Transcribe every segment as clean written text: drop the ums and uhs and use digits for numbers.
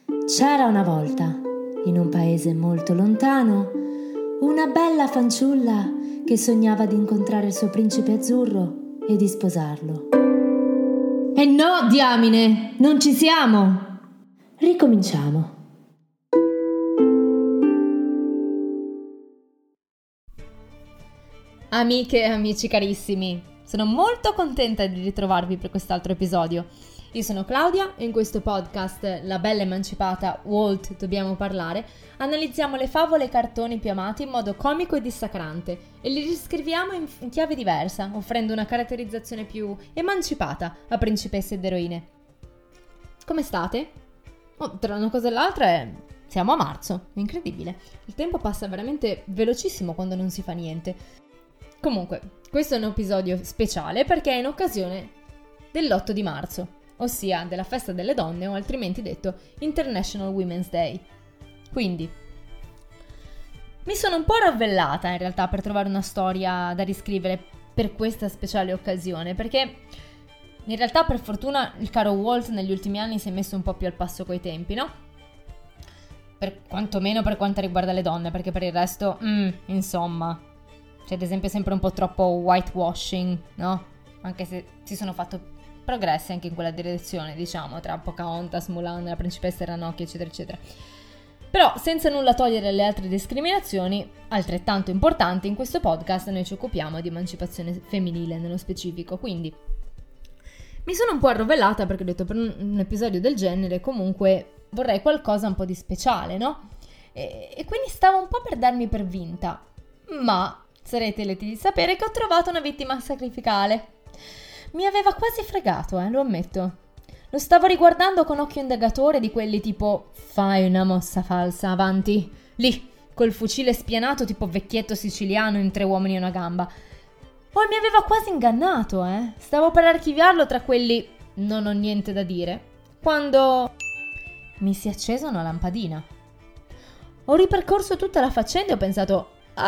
C'era una volta, in un paese molto lontano, una bella fanciulla che sognava di incontrare il suo principe azzurro e di sposarlo. E no, diamine, non ci siamo! Ricominciamo. Amiche e amici carissimi, sono molto contenta di ritrovarvi per quest'altro episodio. Io sono Claudia e in questo podcast, La Bella Emancipata, Walt Dobbiamo Parlare, analizziamo le favole e i cartoni più amati in modo comico e dissacrante e li riscriviamo in chiave diversa, offrendo una caratterizzazione più emancipata a principesse ed eroine. Come state? Tra una cosa e l'altra siamo a marzo, incredibile. Il tempo passa veramente velocissimo quando non si fa niente. Comunque, questo è un episodio speciale perché è in occasione dell'8 di marzo, ossia della festa delle donne o altrimenti detto International Women's Day. Quindi, mi sono un po' ravvellata in realtà per trovare una storia da riscrivere per questa speciale occasione, perché in realtà per fortuna il caro Walt negli ultimi anni si è messo un po' più al passo coi tempi, no? Quantomeno per quanto riguarda le donne, perché per il resto, insomma, c'è ad esempio sempre un po' troppo whitewashing, no? Anche se si sono fatto progressi anche in quella direzione, diciamo, tra Pocahontas, Mulan, la principessa Ranocchia, eccetera, eccetera. Però, senza nulla togliere alle altre discriminazioni, altrettanto importanti, in questo podcast noi ci occupiamo di emancipazione femminile nello specifico, quindi mi sono un po' arrovellata perché ho detto per un episodio del genere comunque vorrei qualcosa un po' di speciale, no? E quindi stavo un po' per darmi per vinta, ma sarete lieti di sapere che ho trovato una vittima sacrificale. Mi aveva quasi fregato, lo ammetto. Lo stavo riguardando con occhio indagatore di quelli tipo fai una mossa falsa, avanti, lì, col fucile spianato tipo vecchietto siciliano in 3 uomini e una gamba. Poi mi aveva quasi ingannato, Stavo per archiviarlo tra quelli non ho niente da dire, quando mi si è accesa una lampadina. Ho ripercorso tutta la faccenda e ho pensato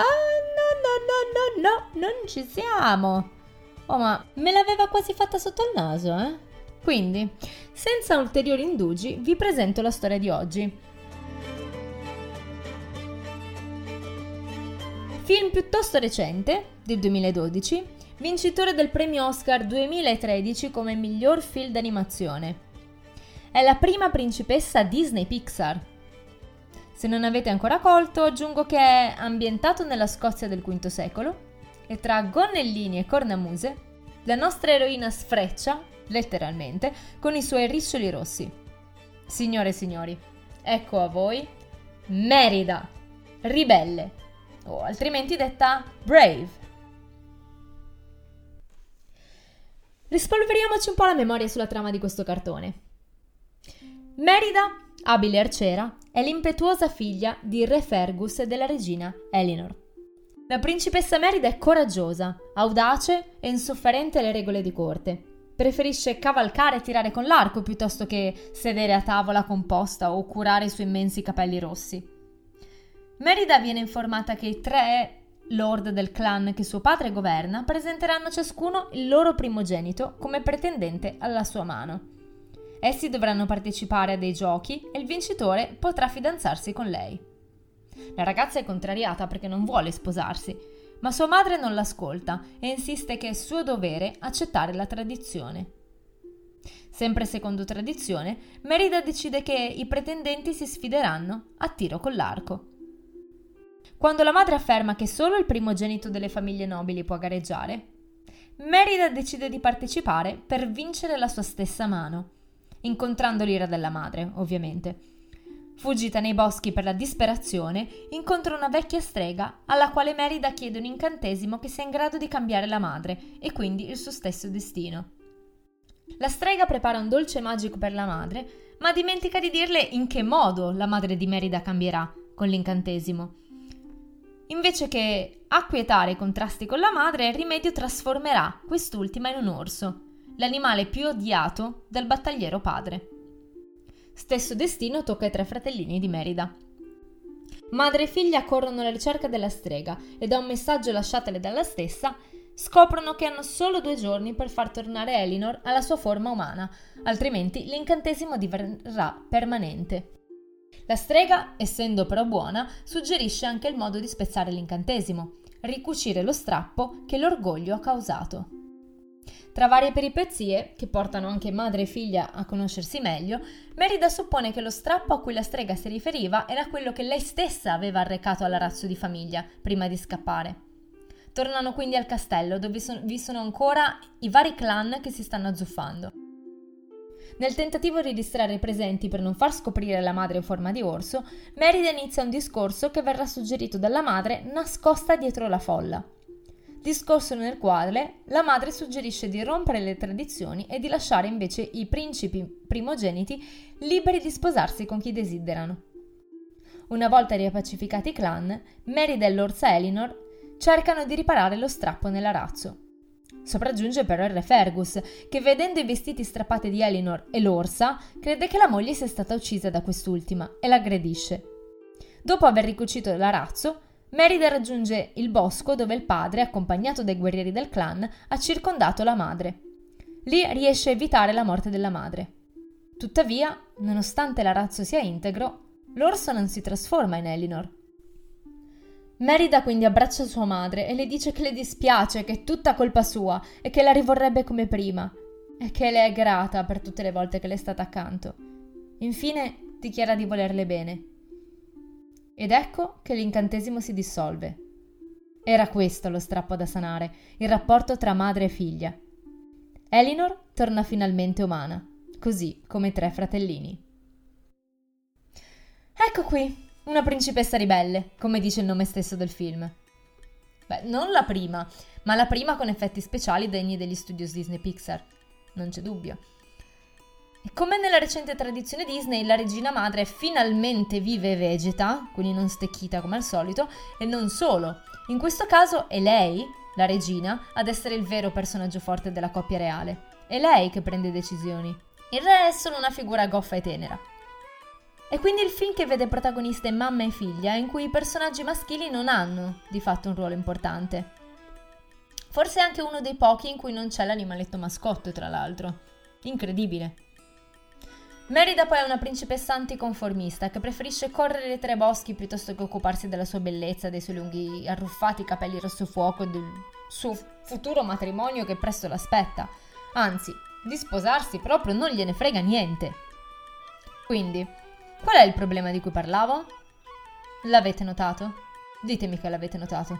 no, non ci siamo. Oh, ma me l'aveva quasi fatta sotto il naso, Quindi, senza ulteriori indugi, vi presento la storia di oggi. Film piuttosto recente, del 2012, vincitore del premio Oscar 2013 come miglior film d'animazione. È la prima principessa Disney Pixar. Se non avete ancora colto, aggiungo che è ambientato nella Scozia del V secolo e tra gonnellini e cornamuse la nostra eroina sfreccia, letteralmente, con i suoi riccioli rossi. Signore e signori, ecco a voi Merida, ribelle, o altrimenti detta Brave. Rispolveriamoci un po' la memoria sulla trama di questo cartone. Merida, abile arciera, è l'impetuosa figlia di re Fergus e della regina Elinor. La principessa Merida è coraggiosa, audace e insofferente alle regole di corte. Preferisce cavalcare e tirare con l'arco piuttosto che sedere a tavola composta o curare i suoi immensi capelli rossi. Merida viene informata che i 3 lord del clan che suo padre governa presenteranno ciascuno il loro primogenito come pretendente alla sua mano. Essi dovranno partecipare a dei giochi e il vincitore potrà fidanzarsi con lei. La ragazza è contrariata perché non vuole sposarsi, ma sua madre non l'ascolta e insiste che è suo dovere accettare la tradizione. Sempre secondo tradizione, Merida decide che i pretendenti si sfideranno a tiro con l'arco. Quando la madre afferma che solo il primogenito delle famiglie nobili può gareggiare, Merida decide di partecipare per vincere la sua stessa mano, incontrando l'ira della madre, ovviamente. Fuggita nei boschi per la disperazione, incontra una vecchia strega alla quale Merida chiede un incantesimo che sia in grado di cambiare la madre e quindi il suo stesso destino. La strega prepara un dolce magico per la madre, ma dimentica di dirle in che modo la madre di Merida cambierà con l'incantesimo. Invece che acquietare i contrasti con la madre, il rimedio trasformerà quest'ultima in un orso, l'animale più odiato dal battagliero padre. Stesso destino tocca ai 3 fratellini di Merida. Madre e figlia corrono alla ricerca della strega e da un messaggio lasciatele dalla stessa scoprono che hanno solo 2 giorni per far tornare Elinor alla sua forma umana, altrimenti l'incantesimo diverrà permanente. La strega, essendo però buona, suggerisce anche il modo di spezzare l'incantesimo, ricucire lo strappo che l'orgoglio ha causato. Tra varie peripezie, che portano anche madre e figlia a conoscersi meglio, Merida suppone che lo strappo a cui la strega si riferiva era quello che lei stessa aveva arrecato all'arazzo di famiglia prima di scappare. Tornano quindi al castello, dove vi sono ancora i vari clan che si stanno azzuffando. Nel tentativo di distrarre i presenti per non far scoprire la madre in forma di orso, Merida inizia un discorso che verrà suggerito dalla madre nascosta dietro la folla. Discorso nel quale la madre suggerisce di rompere le tradizioni e di lasciare invece i principi primogeniti liberi di sposarsi con chi desiderano. Una volta riappacificati i clan, Merida e l'orsa Elinor cercano di riparare lo strappo nell'arazzo. Sopraggiunge però il re Fergus, che vedendo i vestiti strappati di Elinor e l'orsa, crede che la moglie sia stata uccisa da quest'ultima e l'aggredisce. Dopo aver ricucito l'arazzo, Merida raggiunge il bosco dove il padre, accompagnato dai guerrieri del clan, ha circondato la madre. Lì riesce a evitare la morte della madre. Tuttavia, nonostante l'arazzo sia integro, l'orso non si trasforma in Elinor. Merida quindi abbraccia sua madre e le dice che le dispiace, che è tutta colpa sua e che la rivorrebbe come prima e che le è grata per tutte le volte che le è stata accanto. Infine dichiara di volerle bene. Ed ecco che l'incantesimo si dissolve. Era questo lo strappo da sanare, il rapporto tra madre e figlia. Elinor torna finalmente umana, così come i 3 fratellini. Ecco qui, una principessa ribelle, come dice il nome stesso del film. Beh, non la prima, ma la prima con effetti speciali degni degli studios Disney Pixar. Non c'è dubbio. E come nella recente tradizione Disney, la regina madre è finalmente viva e vegeta, quindi non stecchita come al solito, e non solo. In questo caso è lei, la regina, ad essere il vero personaggio forte della coppia reale. È lei che prende decisioni. Il re è solo una figura goffa e tenera. È quindi il film che vede protagoniste mamma e figlia, in cui i personaggi maschili non hanno, di fatto, un ruolo importante. Forse è anche uno dei pochi in cui non c'è l'animaletto mascotte, tra l'altro. Incredibile. Merida poi è una principessa anticonformista che preferisce correre tra i boschi piuttosto che occuparsi della sua bellezza, dei suoi lunghi arruffati capelli rosso fuoco e del suo futuro matrimonio che presto l'aspetta. Anzi, di sposarsi proprio non gliene frega niente. Quindi, qual è il problema di cui parlavo? L'avete notato? Ditemi che l'avete notato.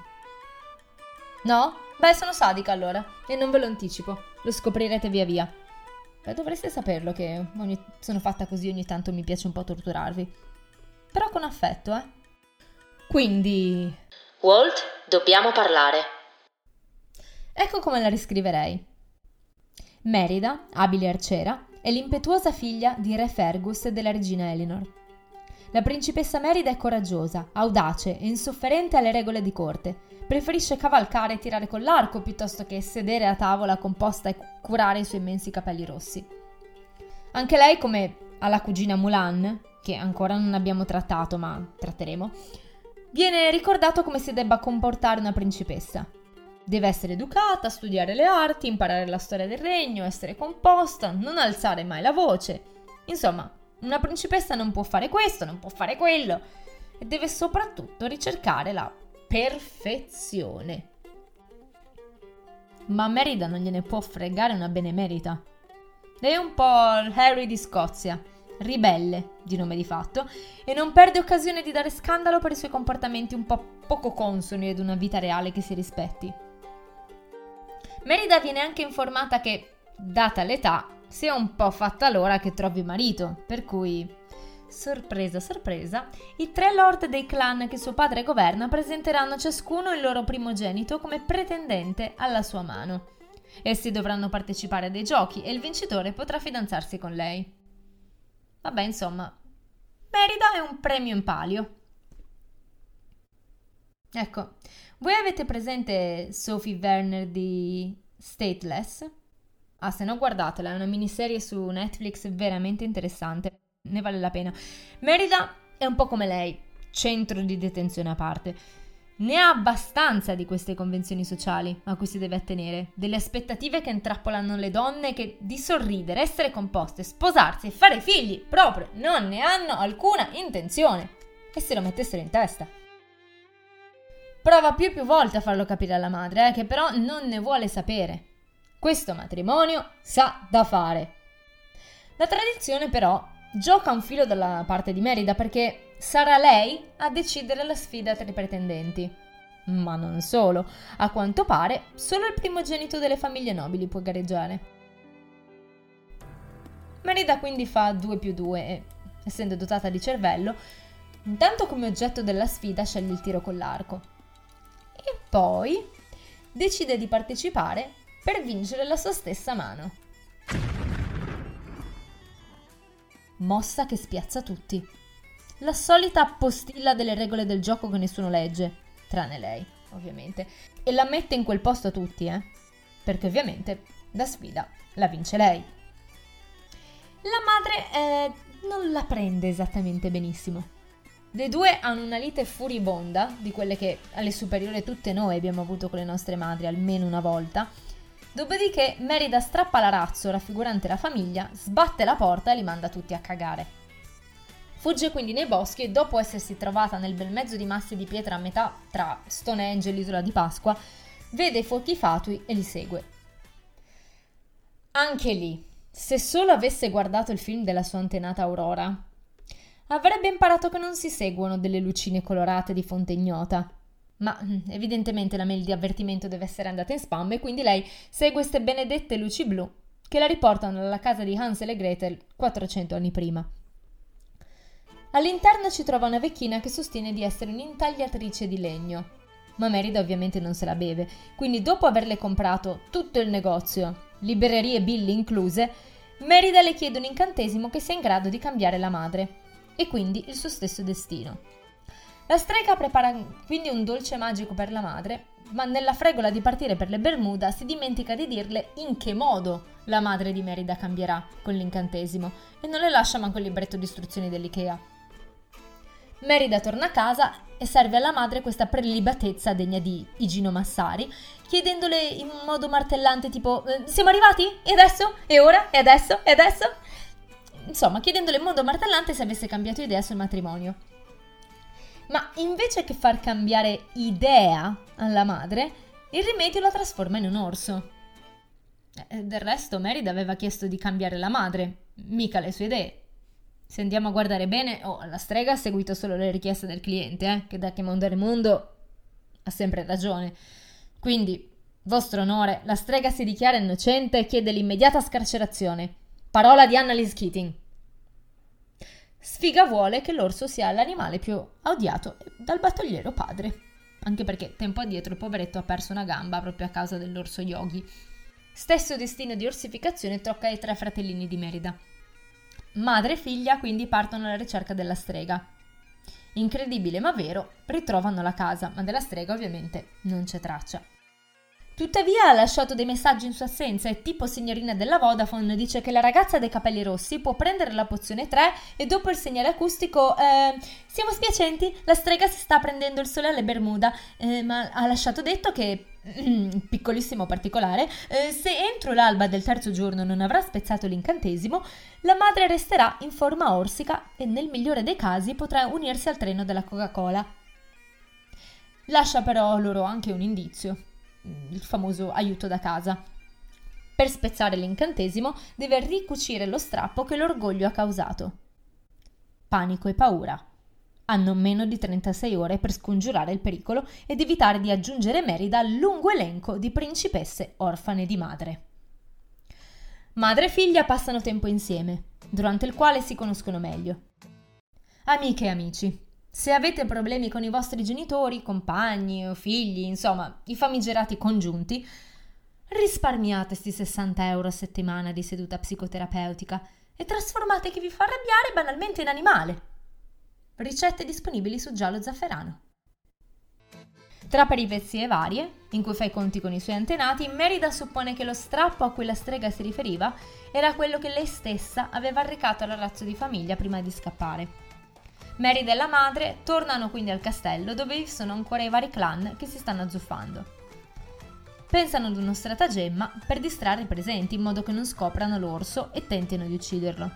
No? Beh, sono sadica allora, e non ve lo anticipo, lo scoprirete via via. Beh, dovreste saperlo che sono fatta così, ogni tanto mi piace un po' torturarvi. Però con affetto, eh? Quindi... Walt, dobbiamo parlare. Ecco come la riscriverei. Merida, abile arciera, è l'impetuosa figlia di re Fergus e della regina Elinor. La principessa Merida è coraggiosa, audace e insofferente alle regole di corte. Preferisce cavalcare e tirare con l'arco piuttosto che sedere a tavola composta e curare i suoi immensi capelli rossi. Anche lei, come alla cugina Mulan, che ancora non abbiamo trattato ma tratteremo, viene ricordato come si debba comportare una principessa. Deve essere educata, studiare le arti, imparare la storia del regno, essere composta, non alzare mai la voce. Insomma, una principessa non può fare questo, non può fare quello e deve soprattutto ricercare la perfezione. Ma a Merida non gliene può fregare una benemerita. Lei è un po' il Harry di Scozia, ribelle di nome di fatto, e non perde occasione di dare scandalo per i suoi comportamenti un po' poco consoni ad una vita reale che si rispetti. Merida viene anche informata che, data l'età, sia un po' fatta l'ora che trovi marito, per cui, sorpresa sorpresa, i 3 lord dei clan che suo padre governa presenteranno ciascuno il loro primogenito come pretendente alla sua mano. Essi dovranno partecipare a dei giochi e il vincitore potrà fidanzarsi con lei. Vabbè, insomma, Merida è un premio in palio. Ecco, voi avete presente Sophie Werner di Stateless? Ah, se no guardatela, è una miniserie su Netflix veramente interessante, ne vale la pena. Merida è un po' come lei, centro di detenzione a parte. Ne ha abbastanza di queste convenzioni sociali a cui si deve attenere, delle aspettative che intrappolano le donne che di sorridere, essere composte, sposarsi e fare figli proprio non ne hanno alcuna intenzione e se lo mettessero in testa. Prova più volte a farlo capire alla madre, che però non ne vuole sapere. Questo matrimonio sa da fare. La tradizione però gioca un filo dalla parte di Merida perché sarà lei a decidere la sfida tra i pretendenti. Ma non solo, a quanto pare solo il primogenito delle famiglie nobili può gareggiare. Merida quindi fa 2+2 e, essendo dotata di cervello, intanto come oggetto della sfida sceglie il tiro con l'arco. E poi decide di partecipare per vincere la sua stessa mano. Mossa che spiazza tutti. La solita postilla delle regole del gioco che nessuno legge, tranne lei, ovviamente. E la mette in quel posto a tutti, perché ovviamente la sfida la vince lei. La madre non la prende esattamente benissimo. Le due hanno una lite furibonda, di quelle che alle superiori tutte noi abbiamo avuto con le nostre madri almeno una volta. Dopodiché Merida strappa l'arazzo raffigurante la famiglia, sbatte la porta e li manda tutti a cagare. Fugge quindi nei boschi e dopo essersi trovata nel bel mezzo di massi di pietra a metà tra Stonehenge e l'isola di Pasqua, vede i fuochi fatui e li segue. Anche lì, se solo avesse guardato il film della sua antenata Aurora, avrebbe imparato che non si seguono delle lucine colorate di fonte ignota. Ma evidentemente la mail di avvertimento deve essere andata in spam e quindi lei segue queste benedette luci blu che la riportano alla casa di Hansel e Gretel 400 anni prima. All'interno ci trova una vecchina che sostiene di essere un'intagliatrice di legno, ma Merida ovviamente non se la beve, quindi dopo averle comprato tutto il negozio, librerie e billi incluse, Merida le chiede un incantesimo che sia in grado di cambiare la madre e quindi il suo stesso destino. La strega prepara quindi un dolce magico per la madre, ma nella fregola di partire per le Bermuda si dimentica di dirle in che modo la madre di Merida cambierà con l'incantesimo e non le lascia manco il libretto di istruzioni dell'Ikea. Merida torna a casa e serve alla madre questa prelibatezza degna di Igino Massari, chiedendole in modo martellante tipo «Siamo arrivati? E adesso? E ora? E adesso? E adesso?» Insomma, chiedendole in modo martellante se avesse cambiato idea sul matrimonio. Ma invece che far cambiare idea alla madre, il rimedio la trasforma in un orso. Del resto Merida aveva chiesto di cambiare la madre, mica le sue idee. Se andiamo a guardare bene, la strega ha seguito solo le richieste del cliente, che da che mondo è mondo ha sempre ragione. Quindi, vostro onore, la strega si dichiara innocente e chiede l'immediata scarcerazione. Parola di Annalise Keating. Sfiga vuole che l'orso sia l'animale più odiato dal battagliero padre, anche perché tempo addietro il poveretto ha perso una gamba proprio a causa dell'orso Yogi. Stesso destino di orsificazione tocca ai 3 fratellini di Merida. Madre e figlia quindi partono alla ricerca della strega. Incredibile ma vero, ritrovano la casa, ma della strega ovviamente non c'è traccia. Tuttavia ha lasciato dei messaggi in sua assenza e tipo signorina della Vodafone dice che la ragazza dei capelli rossi può prendere la pozione 3 e dopo il segnale acustico siamo spiacenti, la strega si sta prendendo il sole alle Bermuda, ma ha lasciato detto che, piccolissimo particolare, se entro l'alba del 3° giorno non avrà spezzato l'incantesimo, la madre resterà in forma orsica e nel migliore dei casi potrà unirsi al treno della Coca-Cola. Lascia però loro anche un indizio. Il famoso aiuto da casa. Per spezzare l'incantesimo deve ricucire lo strappo che l'orgoglio ha causato. Panico e paura. Hanno meno di 36 ore per scongiurare il pericolo ed evitare di aggiungere Merida al lungo elenco di principesse orfane di madre. Madre e figlia passano tempo insieme, durante il quale si conoscono meglio. Amiche e amici, se avete problemi con i vostri genitori, compagni o figli, insomma, i famigerati congiunti, risparmiate sti 60 euro a settimana di seduta psicoterapeutica e trasformate chi vi fa arrabbiare banalmente in animale. Ricette disponibili su Giallo Zafferano. Tra peripezie varie, in cui fa i conti con i suoi antenati, Merida suppone che lo strappo a cui la strega si riferiva era quello che lei stessa aveva arrecato al ragazzo di famiglia prima di scappare. Merida e la madre tornano quindi al castello, dove vi sono ancora i vari clan che si stanno azzuffando. Pensano ad uno stratagemma per distrarre i presenti in modo che non scoprano l'orso e tentino di ucciderlo.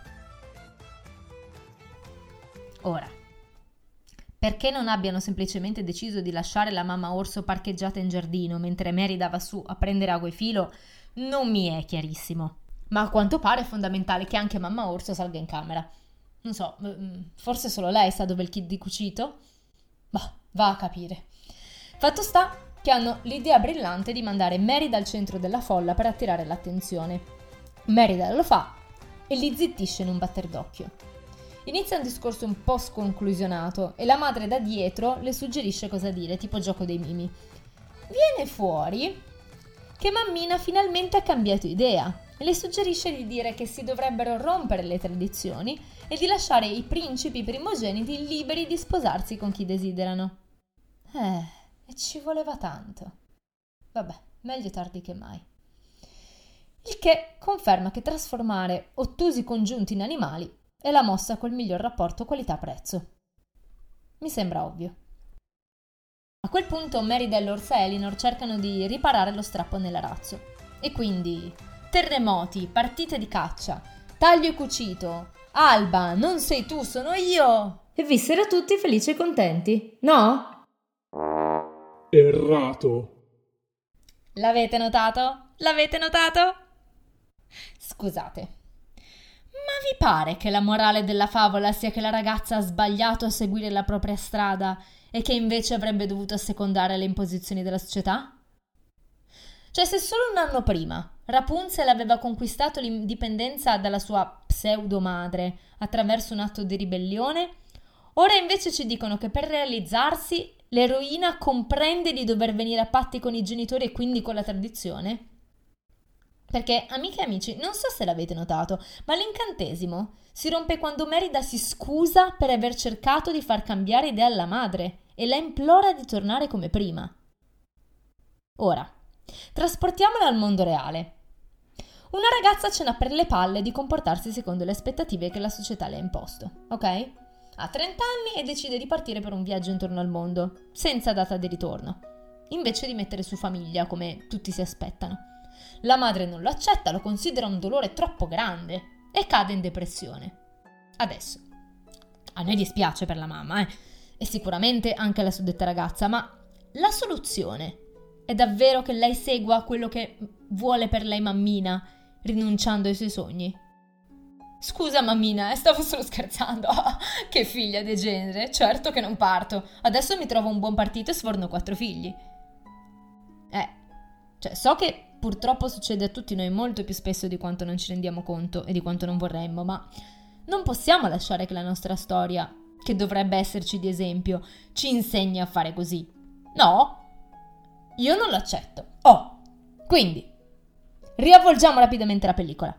Ora, perché non abbiano semplicemente deciso di lasciare la mamma orso parcheggiata in giardino mentre Merida va su a prendere ago e filo non mi è chiarissimo. Ma a quanto pare è fondamentale che anche mamma orso salga in camera. Non so, forse solo lei sa dove è il kit di cucito? Bah, va a capire. Fatto sta che hanno l'idea brillante di mandare Merida al centro della folla per attirare l'attenzione. Merida lo fa e li zittisce in un batter d'occhio. Inizia un discorso un po' sconclusionato e la madre da dietro le suggerisce cosa dire, tipo gioco dei mimi. Viene fuori che mammina finalmente ha cambiato idea e le suggerisce di dire che si dovrebbero rompere le tradizioni e di lasciare i principi primogeniti liberi di sposarsi con chi desiderano. E ci voleva tanto. Vabbè, meglio tardi che mai. Il che conferma che trasformare ottusi congiunti in animali è la mossa col miglior rapporto qualità-prezzo. Mi sembra ovvio. A quel punto Merida e l'orsa Elinor cercano di riparare lo strappo nell'arazzo. E quindi terremoti, partite di caccia, taglio e cucito, Alba, non sei tu, sono io! E vissero tutti felici e contenti, no? Errato. L'avete notato? L'avete notato? Scusate, ma vi pare che la morale della favola sia che la ragazza ha sbagliato a seguire la propria strada e che invece avrebbe dovuto assecondare le imposizioni della società? Cioè, se solo un anno prima Rapunzel aveva conquistato l'indipendenza dalla sua pseudo-madre attraverso un atto di ribellione, ora invece ci dicono che per realizzarsi l'eroina comprende di dover venire a patti con i genitori e quindi con la tradizione? Perché, amiche e amici, non so se l'avete notato, ma l'incantesimo si rompe quando Merida si scusa per aver cercato di far cambiare idea alla madre e la implora di tornare come prima. Ora, trasportiamola al mondo reale. Una ragazza ce n'ha per le palle di comportarsi secondo le aspettative che la società le ha imposto, ok? Ha 30 anni e decide di partire per un viaggio intorno al mondo, senza data di ritorno, invece di mettere su famiglia come tutti si aspettano. La madre non lo accetta, lo considera un dolore troppo grande e cade in depressione. Adesso, a noi dispiace per la mamma, e sicuramente anche la suddetta ragazza, ma la soluzione è davvero che lei segua quello che vuole per lei mammina, rinunciando ai suoi sogni? Scusa mammina, stavo solo scherzando. Che figlia degenere, certo che non parto. Adesso mi trovo un buon partito e sforno 4 figli. So che purtroppo succede a tutti noi molto più spesso di quanto non ci rendiamo conto e di quanto non vorremmo, ma non possiamo lasciare che la nostra storia, che dovrebbe esserci di esempio, ci insegni a fare così. No? Io non lo accetto. Quindi, riavvolgiamo rapidamente la pellicola.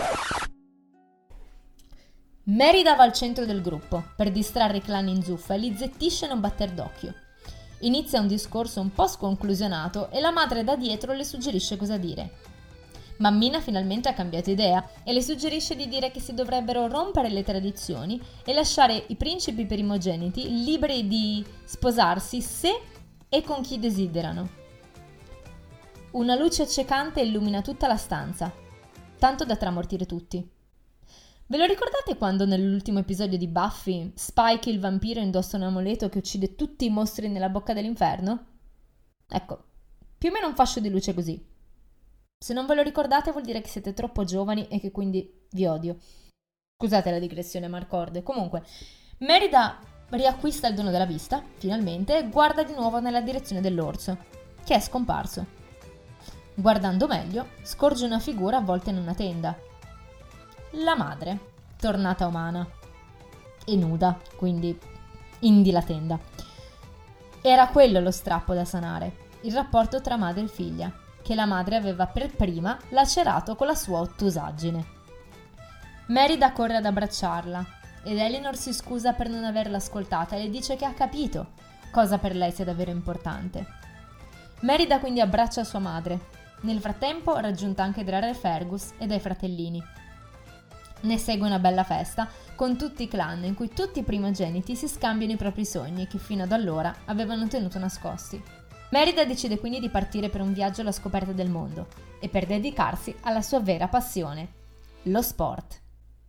Merida va al centro del gruppo per distrarre i clan in zuffa e li zittisce in un batter d'occhio. Inizia un discorso un po' sconclusionato e la madre da dietro le suggerisce cosa dire. Mammina finalmente ha cambiato idea e le suggerisce di dire che si dovrebbero rompere le tradizioni e lasciare i principi primogeniti liberi di sposarsi se e con chi desiderano. Una luce accecante illumina tutta la stanza, tanto da tramortire tutti. Ve lo ricordate quando nell'ultimo episodio di Buffy Spike il vampiro indossa un amuleto che uccide tutti i mostri nella bocca dell'inferno? Ecco, più o meno un fascio di luce così. Se non ve lo ricordate vuol dire che siete troppo giovani e che quindi vi odio. Scusate la digressione marcorde. Comunque, Merida riacquista il dono della vista, finalmente, e guarda di nuovo nella direzione dell'orso, che è scomparso. Guardando meglio, scorge una figura avvolta in una tenda. La madre, tornata umana e nuda, quindi indi la tenda. Era quello lo strappo da sanare, il rapporto tra madre e figlia, che la madre aveva per prima lacerato con la sua ottusaggine. Merida corre ad abbracciarla ed Elinor si scusa per non averla ascoltata e le dice che ha capito cosa per lei sia davvero importante. Merida quindi abbraccia sua madre, nel frattempo raggiunta anche da Re Fergus e dai fratellini. Ne segue una bella festa, con tutti i clan, in cui tutti i primogeniti si scambiano i propri sogni che fino ad allora avevano tenuto nascosti. Merida decide quindi di partire per un viaggio alla scoperta del mondo e per dedicarsi alla sua vera passione, lo sport.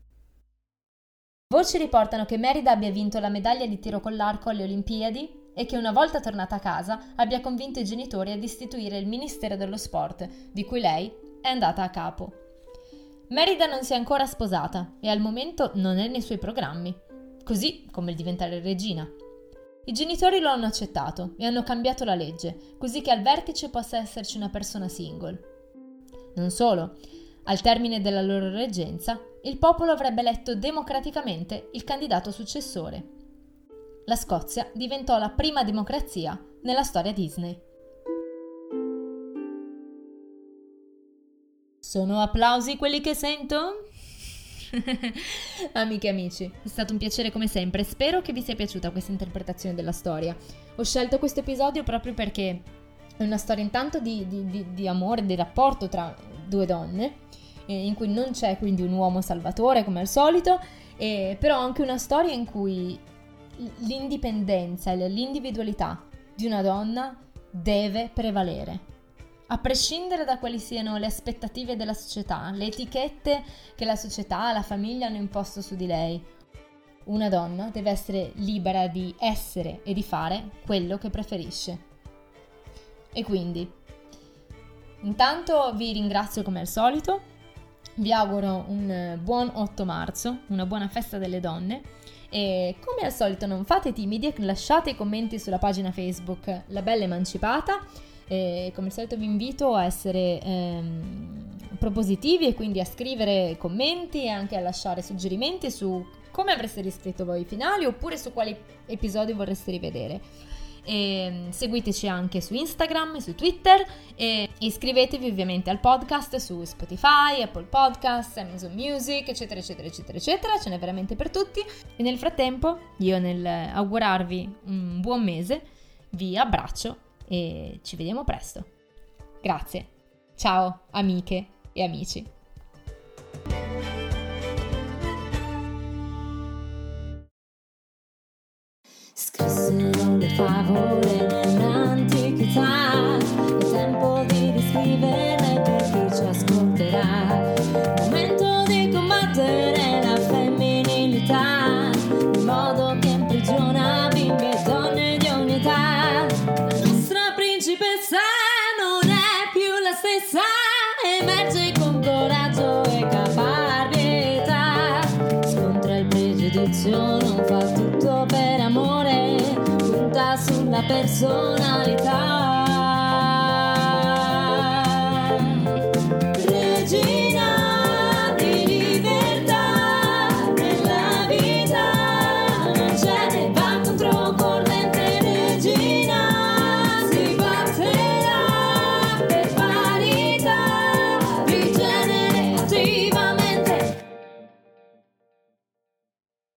Voci riportano che Merida abbia vinto la medaglia di tiro con l'arco alle Olimpiadi e che una volta tornata a casa abbia convinto i genitori ad istituire il Ministero dello Sport, di cui lei è andata a capo. Merida non si è ancora sposata e al momento non è nei suoi programmi, così come il diventare regina. I genitori lo hanno accettato e hanno cambiato la legge, così che al vertice possa esserci una persona single. Non solo, al termine della loro reggenza, il popolo avrebbe eletto democraticamente il candidato successore. La Scozia diventò la prima democrazia nella storia Disney. Sono applausi quelli che sento? Amiche e amici, è stato un piacere come sempre, spero che vi sia piaciuta questa interpretazione della storia. Ho scelto questo episodio proprio perché è una storia intanto di amore, di rapporto tra due donne, in cui non c'è quindi un uomo salvatore come al solito, però anche una storia in cui l'indipendenza e l'individualità di una donna deve prevalere. A prescindere da quali siano le aspettative della società, le etichette che la società, la famiglia hanno imposto su di lei, una donna deve essere libera di essere e di fare quello che preferisce. E quindi, intanto vi ringrazio come al solito, vi auguro un buon 8 marzo, una buona festa delle donne e come al solito non fate timidi e lasciate i commenti sulla pagina Facebook La Bella Emancipata. E come al solito vi invito a essere propositivi e quindi a scrivere commenti e anche a lasciare suggerimenti su come avreste riscritto voi i finali oppure su quali episodi vorreste rivedere. E seguiteci anche su Instagram e su Twitter e iscrivetevi ovviamente al podcast su Spotify, Apple Podcast, Amazon Music, eccetera eccetera eccetera eccetera, ce n'è veramente per tutti. E nel frattempo io nel augurarvi un buon mese vi abbraccio e ci vediamo presto. Grazie. Ciao amiche e amici. Scrissero le favole nell'antichità, è tempo di riscriverle per chi ci ascolterà. Momento di combattere la femminilità, in modo che imprigiona bimbe e donne di ogni età. Principessa non è più la stessa, emerge con coraggio e caparbietà, scontra il pregiudizio, non fa tutto per amore, punta sulla personalità.